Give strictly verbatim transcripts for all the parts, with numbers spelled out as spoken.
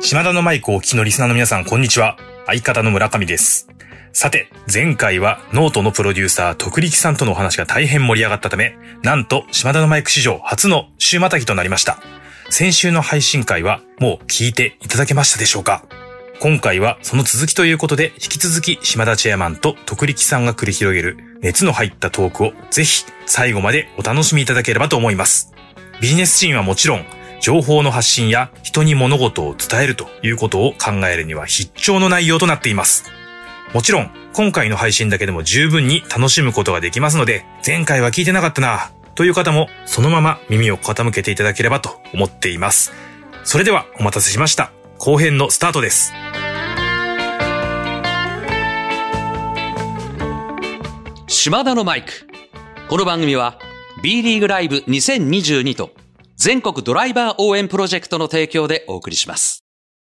島田のマイクをお聞きのリスナーの皆さん、こんにちは。相方の村上です。さて、前回はノートのプロデューサー徳力さんとのお話が大変盛り上がったため、なんと島田のマイク史上初の週またぎとなりました。先週の配信会はもう聞いていただけましたでしょうか？今回はその続きということで、引き続き島田チェアマンと徳力さんが繰り広げる熱の入ったトークをぜひ最後までお楽しみいただければと思います。ビジネスシーンはもちろん、情報の発信や人に物事を伝えるということを考えるには必聴の内容となっています。もちろん、今回の配信だけでも十分に楽しむことができますので、前回は聞いてなかったなという方もそのまま耳を傾けていただければと思っています。それではお待たせしました。後編のスタートです。 島田のマイク。この番組は B リーグライブにせんにじゅうにと全国ドライバー応援プロジェクトの提供でお送りします。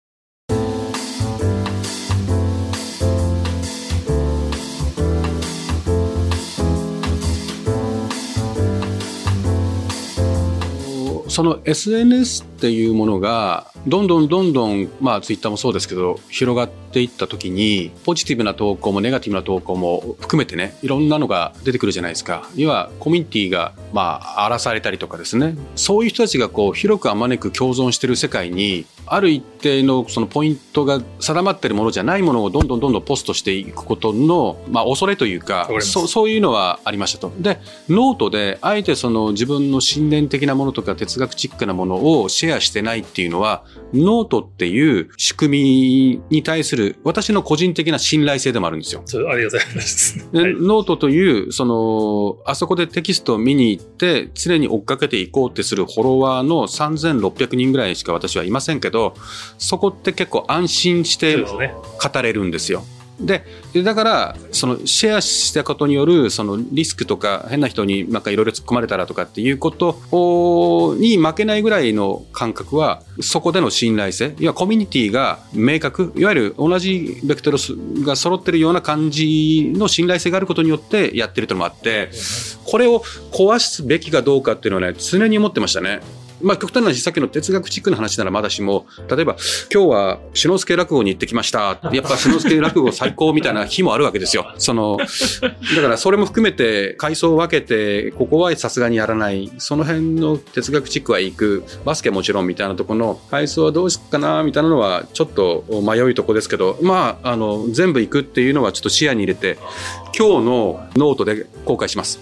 その エスエヌエス っていうものがどんどんどんどん、まあツイッターもそうですけど広がっていった時に、ポジティブな投稿もネガティブな投稿も含めてね、いろんなのが出てくるじゃないですか。要はコミュニティがまあ荒らされたりとかですね、そういう人たちがこう広くあまねく共存している世界に、ある一定のそのポイントが定まっているものじゃないものをどんどんどんどんポストしていくことの、まあ恐れというか、そ, そういうのはありましたと。で、ノートであえてその自分の信念的なものとか哲学チックなものをシェアしてないっていうのは、ノートっていう仕組みに対する私の個人的な信頼性でもあるんですよ。 そう、ありがとうございます。 で、はい、ノートというそのあそこでテキストを見に行って常に追っかけていこうってするフォロワーのさんぜんろっぴゃくにんぐらいしか私はいませんけど、そこって結構安心して語れるんですよ。で、だからそのシェアしたことによるそのリスクとか、変な人になんかいろいろ突っ込まれたらとかっていうことに負けないぐらいの感覚は、そこでの信頼性、いやコミュニティが明確、いわゆる同じベクトルが揃ってるような感じの信頼性があることによってやってるというのもあって、これを壊すべきかどうかっていうのはね、常に思ってましたね。まあ、極端な話、さっきの哲学チックな話ならまだしも、例えば今日は志の輔落語に行ってきました、やっぱ志の輔落語最高みたいな日もあるわけですよ。そのだからそれも含めて階層を分けて、ここはさすがにやらない、その辺の哲学チックは行く、バスケもちろんみたいなところの階層はどうしようかなみたいなのはちょっと迷いとこですけど、まあ、あの全部行くっていうのはちょっと視野に入れて今日のノートで公開します。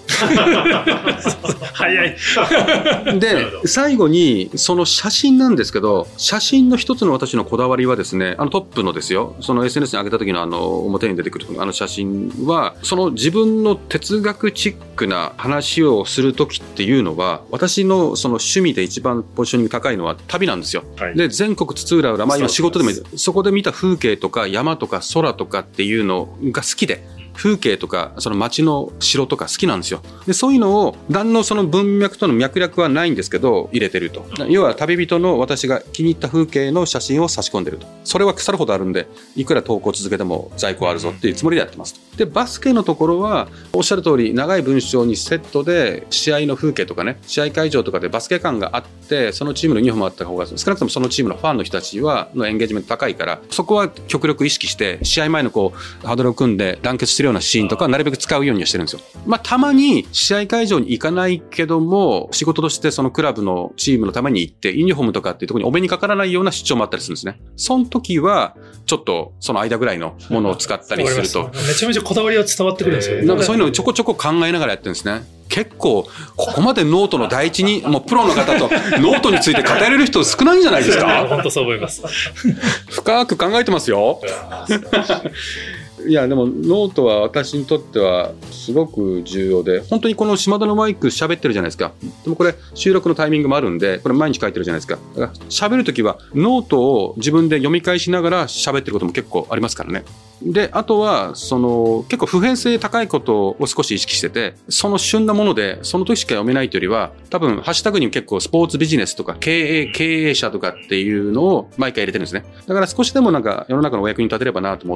早い。 で、最後にその写真なんですけど、写真の一つの私のこだわりはですね、あのトップのですよ、その エスエヌエス に上げた時のあの表に出てくるあの写真は、その自分の哲学チックな話をする時っていうのは、私のその趣味で一番ポジショニング高いのは旅なんですよ。はい、で、全国津々浦々、まあ今仕事でもいいです。そこで見た風景とか山とか空とかっていうのが好きで、風景とかその街の城とか好きなんですよ。で、そういうのを何のその文脈との脈略はないんですけど入れてると。要は旅人の私が気に入った風景の写真を差し込んでると。それは腐るほどあるんで、いくら投稿続けても在庫あるぞっていうつもりでやってますと。で、バスケのところはおっしゃる通り、長い文章にセットで試合の風景とかね、試合会場とかでバスケ感があって、そのチームのユニフォームあった方が少なくともそのチームのファンの人たちはのエンゲージメント高いから、そこは極力意識して試合前のこうハードルを組んで団結してるようなシーンとかなるべく使うようにはしてるんですよ。まあ、たまに試合会場に行かないけども仕事としてそのクラブのチームのために行ってユニフォームとかっていうところにお目にかからないような出張もあったりするんですね。その時はちょっとその間ぐらいのものを使ったりすると、 めちゃめちゃこだわりは伝わってくるんですよね。 なんかそういうのをちょこちょこ考えながらやってるんですね。結構ここまでノートの第一にもうプロの方とノートについて語れる人少ないんじゃないですか。 本当そう思います。 深く考えてますよ。いやでもノートは私にとってはすごく重要で、本当にこの島田のマイク喋ってるじゃないですか。でもこれ収録のタイミングもあるんで、これ毎日書いてるじゃないですか。だから喋るときはノートを自分で読み返しながら喋ってることも結構ありますからね。で、あとはその結構普遍性高いことを少し意識してて、その旬なものでその時しか読めないというよりは、多分ハッシュタグに結構スポーツビジネスとか経営経営者とかっていうのを毎回入れてるんですね。だから少しでもなんか世の中のお役に立てればなと思って、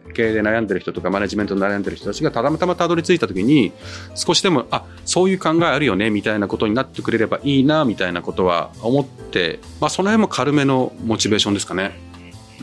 経営で悩んでる人とかマネジメントで悩んでる人たちがたまたまたどり着いた時に、少しでもあそういう考えあるよねみたいなことになってくれればいいなみたいなことは思って、まあその辺も軽めのモチベーションですかね。 うん。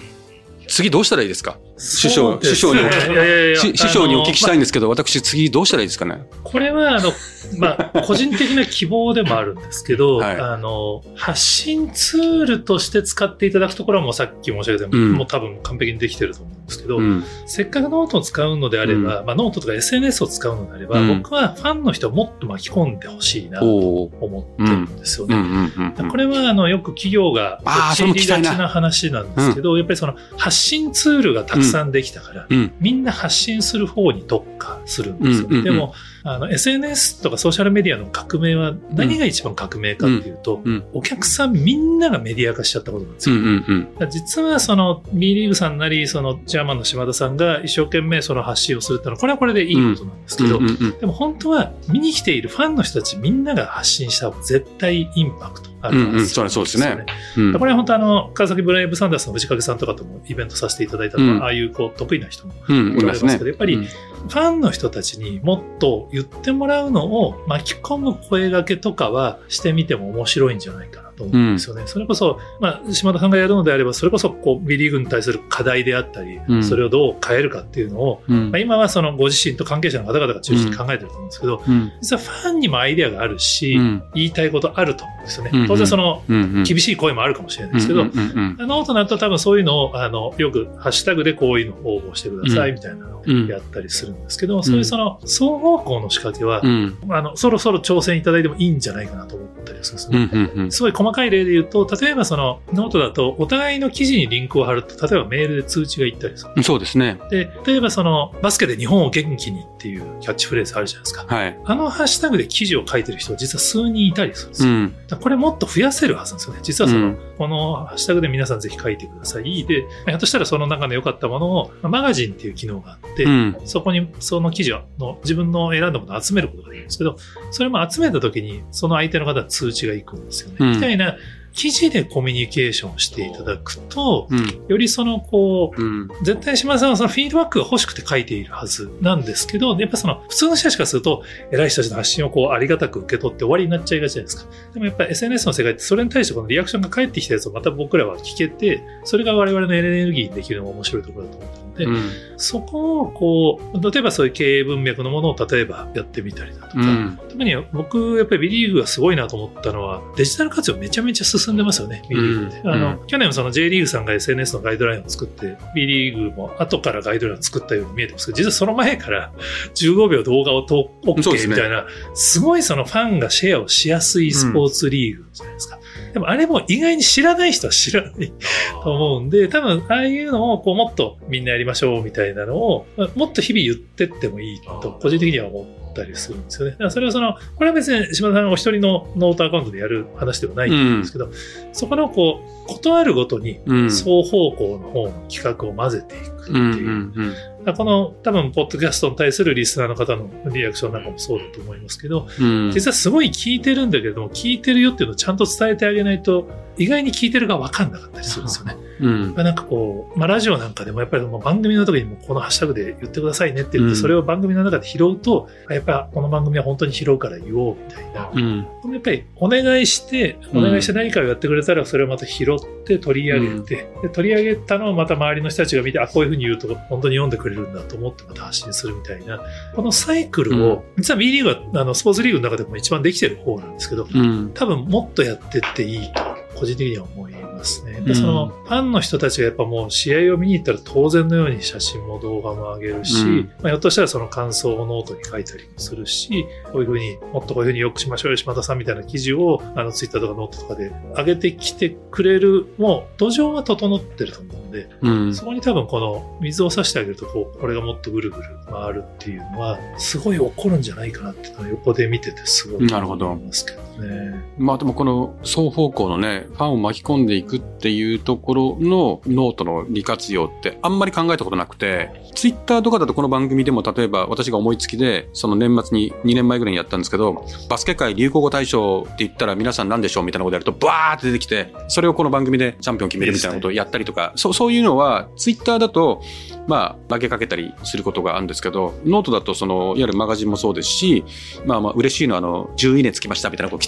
次どうしたらいいですか？師匠、 そうです師匠にお聞き、 いやいやいや師師匠にお聞きしたいんですけど、 あの私次どうしたらいいですかね？ これは、あの、まあ、個人的な希望でもあるんですけど、 はいあの、発信ツールとして使っていただくところはもうさっき申し上げたように、 うんもう多分完璧にできてると思うんですけど、 うん。 せっかくノートを使うのであれば、 うまあ、ノートとか エスエヌエス を使うのであれば、 うん僕はファンの人をもっと巻き込んでほしいなとおー。 思ってるんですよね。 うんうんうんうん。 これはあのよく企業があーそれも聞きたいな陥りがちな話なんですけど、やっぱりその発信ツールがたくさんできたから、 うん。 みんな発信する方に特化するんですよね。 うんうんうんでもあの エスエヌエス とかソーシャルメディアの革命は何が一番革命かっていうと、 うんうんお客さんみんながメディア化しちゃったことなんですよ。 うんうんうん。 だから実はその B リーグさんなりそのチェアマンの島田さんが一生懸命その発信をするってのはこれはこれでいいことなんですけど、 うんうんうんでも本当は見に来ているファンの人たちみんなが発信した方が絶対インパクトあるはずうんうんそれはそうですね。うんこれは本当あの川崎ブレイブサンダースの藤掛さんとかともイベントさせていただいたのは、 うんああいうこう得意な人もうん、 おられますけど、やっぱりうんファンの人たちにもっと言ってもらうのを巻き込む声掛けとかはしてみても面白いんじゃないかなと思うんですよね。それこそ、まあ、島田さんがやるのであれば、それこそこう B リーグに対する課題であったり、 うんそれをどう変えるかっていうのを、 うんまあ、今はそのご自身と関係者の方々が中心に考えてると思うんですけど、 うん実はファンにもアイデアがあるし、 うん言いたいことあると思うんですよね。 うん当然そのうんうん厳しい声もあるかもしれないですけど、 うんうんうんノートだと多分そういうのを、あの、よくハッシュタグでこういうのを応募してくださいみたいなのをうんやったりするんですけど、そういうその双方向の仕掛けは、 うんあの、そろそろ挑戦いただいてもいいんじゃないかなと思ったりするんですね。 うんうんうんすごい細かい例で言うと、例えばそのノートだとお互いの記事にリンクを貼ると、例えばメールで通知が行ったりする。 そうですね。 で、例えばそのバスケで日本を元気にっていうキャッチフレーズあるじゃないですか。 はい。 あのハッシュタグで記事を書いてる人は実は数人いたりするんですよ。 うん。 だからこれもっと増やせるはずなんですよね。実はその、 うんこのハッシュタグで皆さんぜひ書いてください。で、ひょっとしたらその中で良かったものを、まあマガジンっていう機能があって、 うん。 そこにその記事の自分の選んだものを集めることができるんですけど、それも集めた時にその相手の方は通知が行くんですよね。 うんみたいな記事でコミュニケーションしていただくと、 うん。 よりそのこう、 うん。 絶対島田さんはそのフィードバックが欲しくて書いているはずなんですけど、やっぱその普通の人たちからすると、偉い人たちの発信をこうありがたく受け取って終わりになっちゃいがちじゃないですか。でもやっぱり エスエヌエス の世界ってそれに対してこのリアクションが返ってきたやつをまた僕らは聞けて、それが我々のエネルギーにできるのが面白いところだと思ってるので、 うん。 そこをこう、例えばそういう経営文脈のものを例えばやってみたりだとか、 うん。 特に僕やっぱり B リーグがすごいなと思ったのはデジタル活用めちゃめちゃ進んでますよね、B リーグって。 うんあの、 うん去年もその J リーグさんが エスエヌエス のガイドラインを作って B リーグも後からガイドラインを作ったように見えてますけど、実はその前からじゅうごびょう動画を投そうです OK ねみたいな、すごいそのファンがシェアをしやすいスポーツリーグじゃないですか。でもあれも意外に知らない人は知らないと思うんで、多分ああいうのをこうもっとみんなやりましょうみたいなのをもっと日々言ってってもいいと個人的には思ったりするんですよね。だからそれはその、これは別に島田さんお一人のノートアカウントでやる話ではないんですけど、そこのこう、ことあるごとにうん。 双方向の方の企画を混ぜていくっていう。 うん。うん。 だからこの多分、ポッドキャストに対するリスナーの方のリアクションなんかもそうだと思いますけど、 うん。 実はすごい聞いてるんだけれども、聞いてるよっていうのをちゃんと伝えてあげないと、意外に聞いてるが分かんなかったりするんですよね。 うん。 なんかこう、まあ、ラジオなんかでもやっぱりもう番組の時にもこのハッシュタグで言ってくださいねって言って、 うんそれを番組の中で拾うと、やっぱこの番組は本当に拾うから言おうみたいな。 うん。 やっぱりお願いして、お願いして何かをやってくれたら、それをまた拾って取り上げて、で取り上げたのをまた周りの人たちが見て、あ、こういうふうに言うと本当に読んでくれるんだと思ってまた発信するみたいな、このサイクルを、実は B リーグはあのスポーツリーグの中でも一番できてる方なんですけど、 うん。 多分もっとやってっていいと個人的には思いますね。で、 うんそのファンの人たちがやっぱもう試合を見に行ったら当然のように写真も動画も上げるし、 うんまあ、ひょっとしたらその感想をノートに書いたりもするし、こういうふうにもっとこういうふうによくしましょうよ島田さんみたいな記事をあのツイッターとかノートとかで上げてきてくれる、もう土壌は整ってると思うんで、 うん。 そこに多分この水を差してあげるとこうこれがもっとぐるぐる回るっていうのはすごい起こるんじゃないかなっていうのは横で見ててすごいなるほど思いますけどね。 まあでもこの双方向のね、ファンを巻き込んでいくっていうところのノートの利活用ってあんまり考えたことなくて、ツイッターとかだとこの番組でも例えば私が思いつきで、その年末ににねんまえぐらいにやったんですけど、バスケ界流行語大賞って言ったら皆さん何でしょうみたいなことやるとバーって出てきて、それをこの番組でチャンピオン決めるみたいなことをやったりとか、そう、そういうのはツイッターだと、まあ投げかけたりすることがあるんですけど、ノートだとその、いわゆるマガジンもそうですし、まあまあ嬉しいのはあの、じゅういいねつきましたみたいなこと来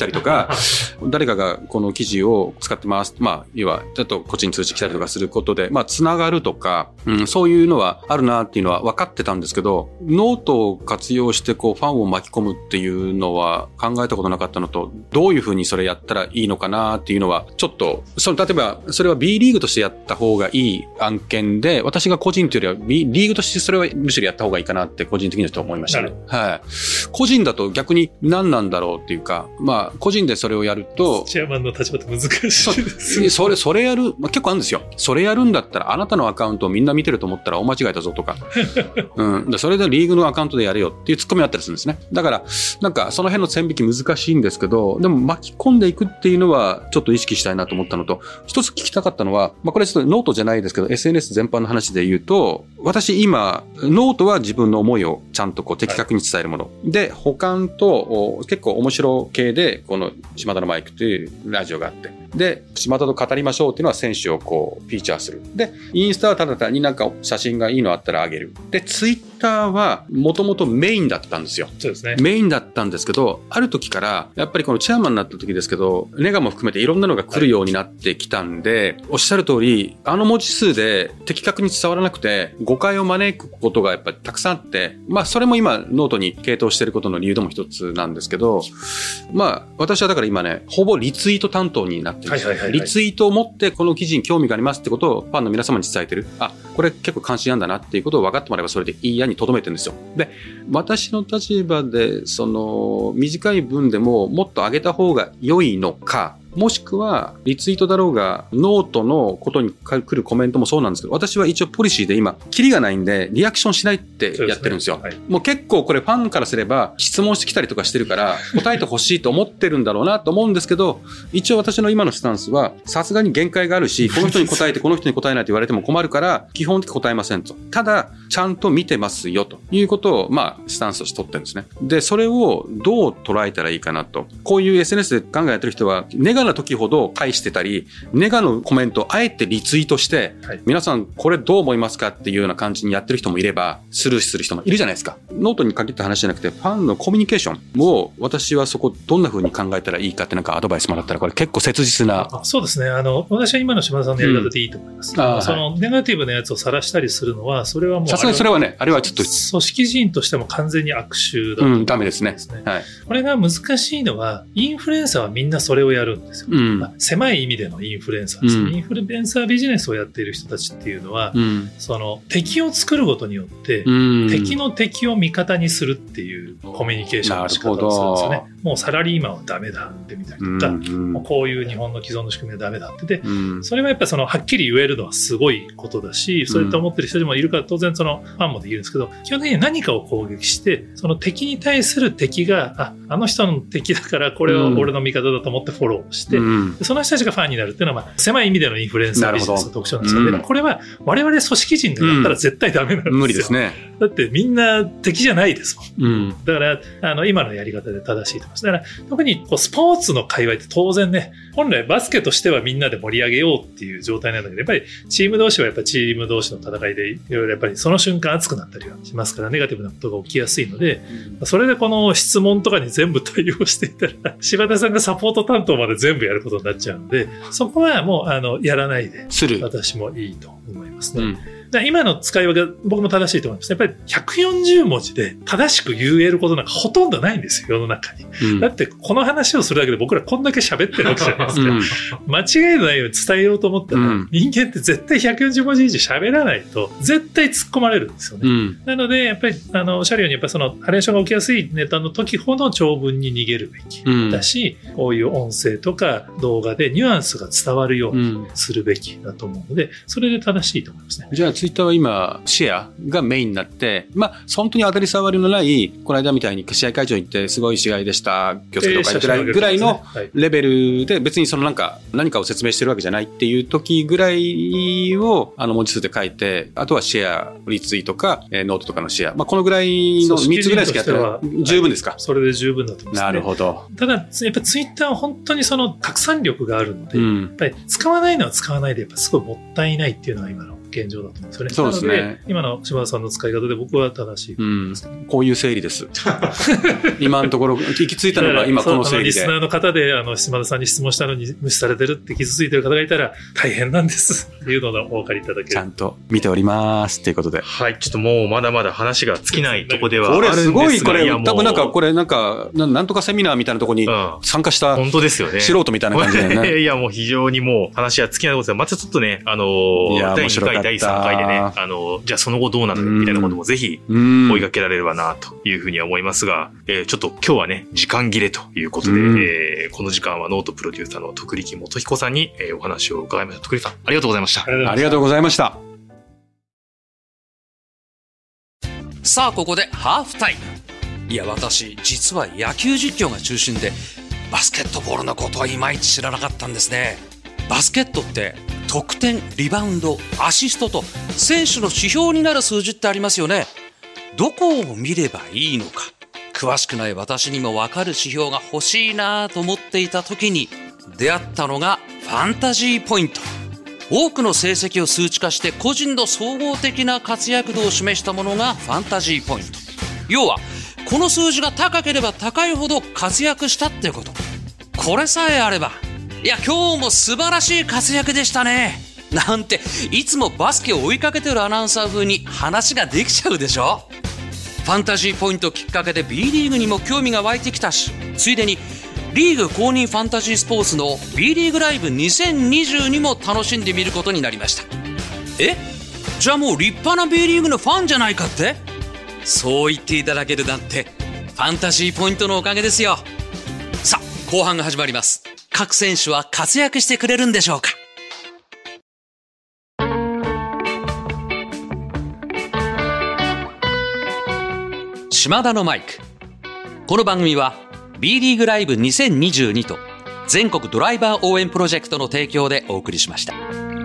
たりとか、誰かがこの記事を使ってます。まあ、要は、ちょっとこっちに通知来たりとかすることで、まあ、つながるとか、うん、そういうのはあるなっていうのは分かってたんですけど、ノートを活用してこう、ファンを巻き込むっていうのは考えたことなかったのと、どういうふうにそれやったらいいのかなっていうのは、ちょっと、その、例えば、それは B リーグとしてやった方がいい案件で、私が個人というよりは B リーグとしてそれはむしろやった方がいいかなって個人的にはちょっと思いましたね。はい。個人だと逆に何なんだろうっていうか、まあ、個人でそれをやると、 チェアマンの立場って難しいですね。 それ、それやる、まあ、結構あるんですよ。それやるんだったら、あなたのアカウントをみんな見てると思ったら大間違いだぞとか。うん。それでリーグのアカウントでやれよっていうツッコミあったりするんですね。だから、なんかその辺の線引き難しいんですけど、でも巻き込んでいくっていうのはちょっと意識したいなと思ったのと、一つ聞きたかったのは、まあこれちょっとノートじゃないですけど、エスエヌエス 全般の話で言うと、私今、ノートは自分の思いをちゃんとこう的確に伝えるもの。はい、で、保管と結構面白系で、この島田のマイクというラジオがあって、で、島田と語りましょうっていうのは選手をこうフィーチャーする。で、インスタはただ単になんか写真がいいのあったらあげる。で、ツイッターはもともとメインだったんですよ。 そうですね。 メインだったんですけど、ある時からやっぱりこのチェアマンになった時ですけど、ネガも含めていろんなのが来るようになってきたんで、はい、おっしゃる通り、あの文字数で的確に伝わらなくて誤解を招くことがやっぱりたくさんあって、まあそれも今ノートに傾倒していることの理由でも一つなんですけど、まあ私はだから今ね、ほぼリツイート担当になってるんですよ。はいはいはいはい、リツイートを持ってこの記事に興味がありますってことをファンの皆様に伝えてる。あ、これ結構関心なんだなっていうことを分かってもらえばそれでいいやに留めてるんですよ。で、私の立場でその短い文でももっと上げた方が良いのか、もしくはリツイートだろうがノートのことに来るコメントもそうなんですけど、私は一応ポリシーで今キリがないんでリアクションしないってやってるんですよ。そうですね。はい、もう結構これファンからすれば質問してきたりとかしてるから答えてほしいと思ってるんだろうなと思うんですけど、一応私の今のスタンスはさすがに限界があるし、この人に答えてこの人に答えないと言われても困るから基本的に答えませんと。ただちゃんと見てますよということをまあスタンスとして取ってるんですね。で、それをどう捉えたらいいかなと。こういう エスエヌエス で考えてる人はネガな時ほど返してたり、ネガのコメントをあえてリツイートして、はい、皆さんこれどう思いますかっていうような感じにやってる人もいれば、スルーする人もいるじゃないですか。ノートに限った話じゃなくて、ファンのコミュニケーションを私はそこどんな風に考えたらいいかってなんかアドバイスもらったら、これ結構切実な。 あ、そうですね。あの、私は今の島田さんのやり方でいいと思います。うん、ああその、はい、ネガティブなやつを晒したりするのは、それはもう。 さすがにそれはね、あれはちょっと。 組織人としても完全に悪臭だと思うんですね。うん、ダメですね。はい。これが難しいのは、インフルエンサーはみんなそれをやるんですよ。うん、まあ、狭い意味でのインフルエンサーですね、うん、インフルエンサービジネスをやっている人たちっていうのは、うん、その敵を作ることによって、うん、敵の敵を味方にするっていうコミュニケーションの仕方をするんですよね。もうサラリーマンはダメだってみたいとか、うん、もうこういう日本の既存の仕組みはダメだってで、うん、それはやっぱりそのはっきり言えるのはすごいことだし、そうやって思ってる人もいるから当然そのファンもできるんですけど、基本的に何かを攻撃してその敵に対する敵があ、あの人の敵だからこれを俺の味方だと思ってフォローして、うん、その人たちがファンになるっていうのは、まあ、狭い意味でのインフルエンサービジネスの特徴なんですよね。うん、これは我々組織人がやったら絶対ダメなんですよ。うん、無理ですね。だってみんな敵じゃないですもん。うん、だからあの今のやり方で正しいと思います。だから特にこうスポーツの界隈って当然ね、本来バスケとしてはみんなで盛り上げようっていう状態なんだけど、やっぱりチーム同士はやっぱりチーム同士の戦いでいろいろやっぱりその瞬間熱くなったりはしますから、ネガティブなことが起きやすいので、うん、それでこの質問とかに全部対応していたら柴田さんがサポート担当まで全部やることになっちゃうので、そこはもうあのやらないで私もいいと思いますね。うん、今の使い分け僕も正しいと思います。やっぱりひゃくよんじゅうもじで正しく言えることなんかほとんどないんですよ、世の中に。うん、だってこの話をするだけで僕らこんだけ喋ってるわけじゃないですか。うん、間違いのないように伝えようと思ったら、うん、人間って絶対ひゃくよんじゅうもじ以上喋らないと絶対突っ込まれるんですよね。うん、なのでやっぱりあのおっしゃるようにやっぱそのハレーションが起きやすいネタの時ほど長文に逃げるべきだし、うん、こういう音声とか動画でニュアンスが伝わるようにするべきだと思うので、それで正しいと思いますね。 じゃあツイッターは今シェアがメインになって、まあ本当に当たり障りのないこの間みたいに試合会場に行ってすごい試合でした気をつけておかぐらいぐらいのレベルで、別にそのなんか何かを説明してるわけじゃないっていう時ぐらいをあの文字数で書いて、あとはシェアリツイートかノートとかのシェア、まあこのぐらいのみっつぐらいしかやってない十分ですか。 それで十分だと思いますね。なるほど。ただやっぱツイッターは本当にその拡散力があるので、うん、やっぱり使わないのは使わないでやっぱすごいもったいないっていうのが今の現状だと思うんですよね。 そうですね。 なので、今の島田さんの使い方で僕は正しい。 うん。こういう整理です。今のところ、行き着いたのが今この整理で。 リスナーの方で、あの、島田さんに質問したのに無視されてるって傷ついてる方がいたら、大変なんです。っていうのをお分かりいただける。 ちゃんと見ております。ということで。 はい。ちょっともうまだまだ話が尽きないとこではあるんですが。 これすごい、これ、多分なんか、これなんか、なんとかセミナーみたいなところに参加した、 本当ですよね。 素人みたいな感じだよね。 いや、もう非常にもう話は尽きないことですが、またちょっとね、あのー、だいにかい、だいさんかいでね、あのー、じゃあその後どうなのみたいなこともぜひ追いかけられればな、というふうには思いますが、えー、ちょっと今日はね、時間切れということで、えー、この時間はノートプロデューサーの徳力元彦さんに、えー、お話を伺いました。徳力さん、ありがとうございました。 ありがとうございました。 さあ、ここでハーフタイム。いや、私、実は野球実況が中心で、バスケットボールのことはいまいち知らなかったんですね。バスケットって得点、リバウンド、アシストと選手の指標になる数字ってありますよね。どこを見ればいいのか、詳しくない私にも分かる指標が欲しいなと思っていた時に出会ったのがファンタジーポイント。多くの成績を数値化して個人の総合的な活躍度を示したものがファンタジーポイント。要はこの数字が高ければ高いほど活躍したってこと。これさえあれば、いや今日も素晴らしい活躍でしたねなんて、いつもバスケを追いかけてるアナウンサー風に話ができちゃうでしょ。ファンタジーポイントきっかけで B リーグにも興味が湧いてきたし、ついでにリーグ公認ファンタジースポーツの B リーグライブにせんにじゅうにも楽しんでみることになりました。え、じゃあもう立派な B リーグのファンじゃないかって、そう言っていただけるなんてファンタジーポイントのおかげですよ。さあ、後半が始まります。各選手は活躍してくれるんでしょうか。島田のマイク。この番組は B リーグライブにせんにじゅうにと全国ドライバー応援プロジェクトの提供でお送りしました。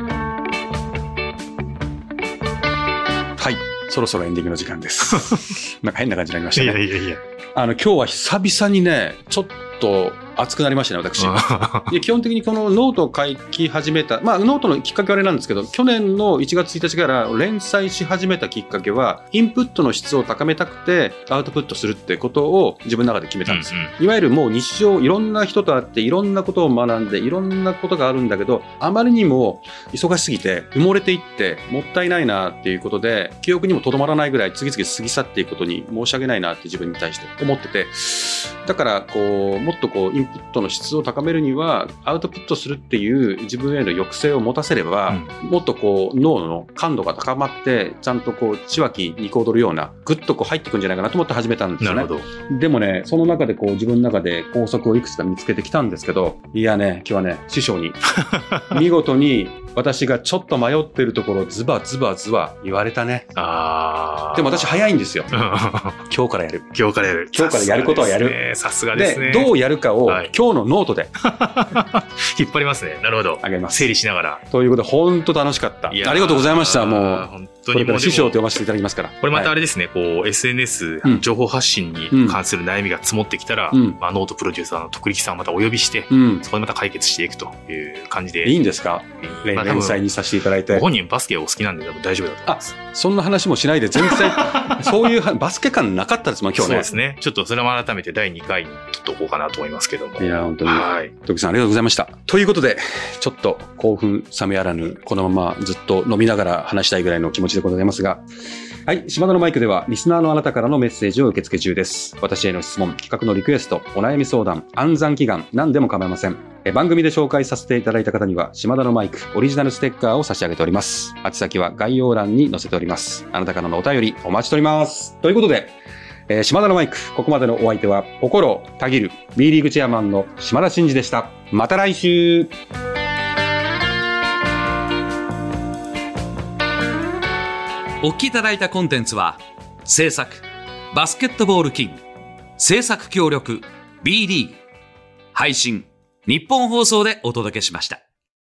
はい、そろそろエンディングの時間ですなんか変な感じになりましたね。 いやいやいや、 あの今日は久々にね、ちょっと熱くなりましたね、私。で基本的にこのノートを書き始めた、まあノートのきっかけはあれなんですけど、去年のいちがつついたちから連載し始めたきっかけは、インプットの質を高めたくてアウトプットするってことを自分の中で決めたんですよ。うんうん、いわゆるもう日常いろんな人と会っていろんなことを学んでいろんなことがあるんだけど、あまりにも忙しすぎて埋もれていってもったいないなっていうことで、記憶にもとどまらないぐらい次々過ぎ去っていくことに申し訳ないなって自分に対して思ってて、だからこうもっとこうインプットの質を高めるにはアウトプットするっていう自分への抑制を持たせれば、うん、もっとこう脳の感度が高まってちゃんとこう血湧き肉踊るようなグッとこう入ってくんじゃないかなと思って始めたんですよね。なるほど。でもね、その中でこう自分の中で法則をいくつか見つけてきたんですけど、いやね、今日はね、師匠に見事に私がちょっと迷ってるところをズバズバズバ言われたね。あでも私早いんですよ今日からやる今日からやる今日からやることはやる。 さすがですね。 でどうやるかを、はい、今日のノートで引っ張りますね。なるほど。あげます。整理しながらということで、本当楽しかった。ありがとうございました。もう本当にもう師匠と呼ばせていただきますから。 これまたあれですね、はい、こう エスエヌエス、うん、情報発信に関する悩みが積もってきたら、うんまあ、ノートプロデューサーの徳力さんをまたお呼びして、うん、そこでまた解決していくという感じでいいんですか。連載にさせていただいて、 ご本人バスケお好きなんで多分大丈夫だと思います。 あ、そんな話もしないで全然そういうバスケ感なかったですもん今日ね。 そうですね。ちょっとそれも改めてだいにかいにちょっとおこうかなと思いますけども。 いや本当に、はい、徳さんありがとうございました。ということで、ちょっと興奮冷めやらぬこのままずっと飲みながら話したいぐらいの気持ちでございますが、はい、島田のマイクではリスナーのあなたからのメッセージを受け付け中です。私への質問、企画のリクエスト、お悩み相談、暗算祈願、何でも構いません。え番組で紹介させていただいた方には島田のマイクオリジナルステッカーを差し上げております。宛先は概要欄に載せております。あなたからのお便りお待ちしております。ということで、えー、島田のマイク、ここまでのお相手は心をたぎる B リーグチェアマンの島田真二でした。また来週。 お聞きいただいたコンテンツは制作バスケットボールキング、制作協力 B リーグ、配信日本放送でお届けしました。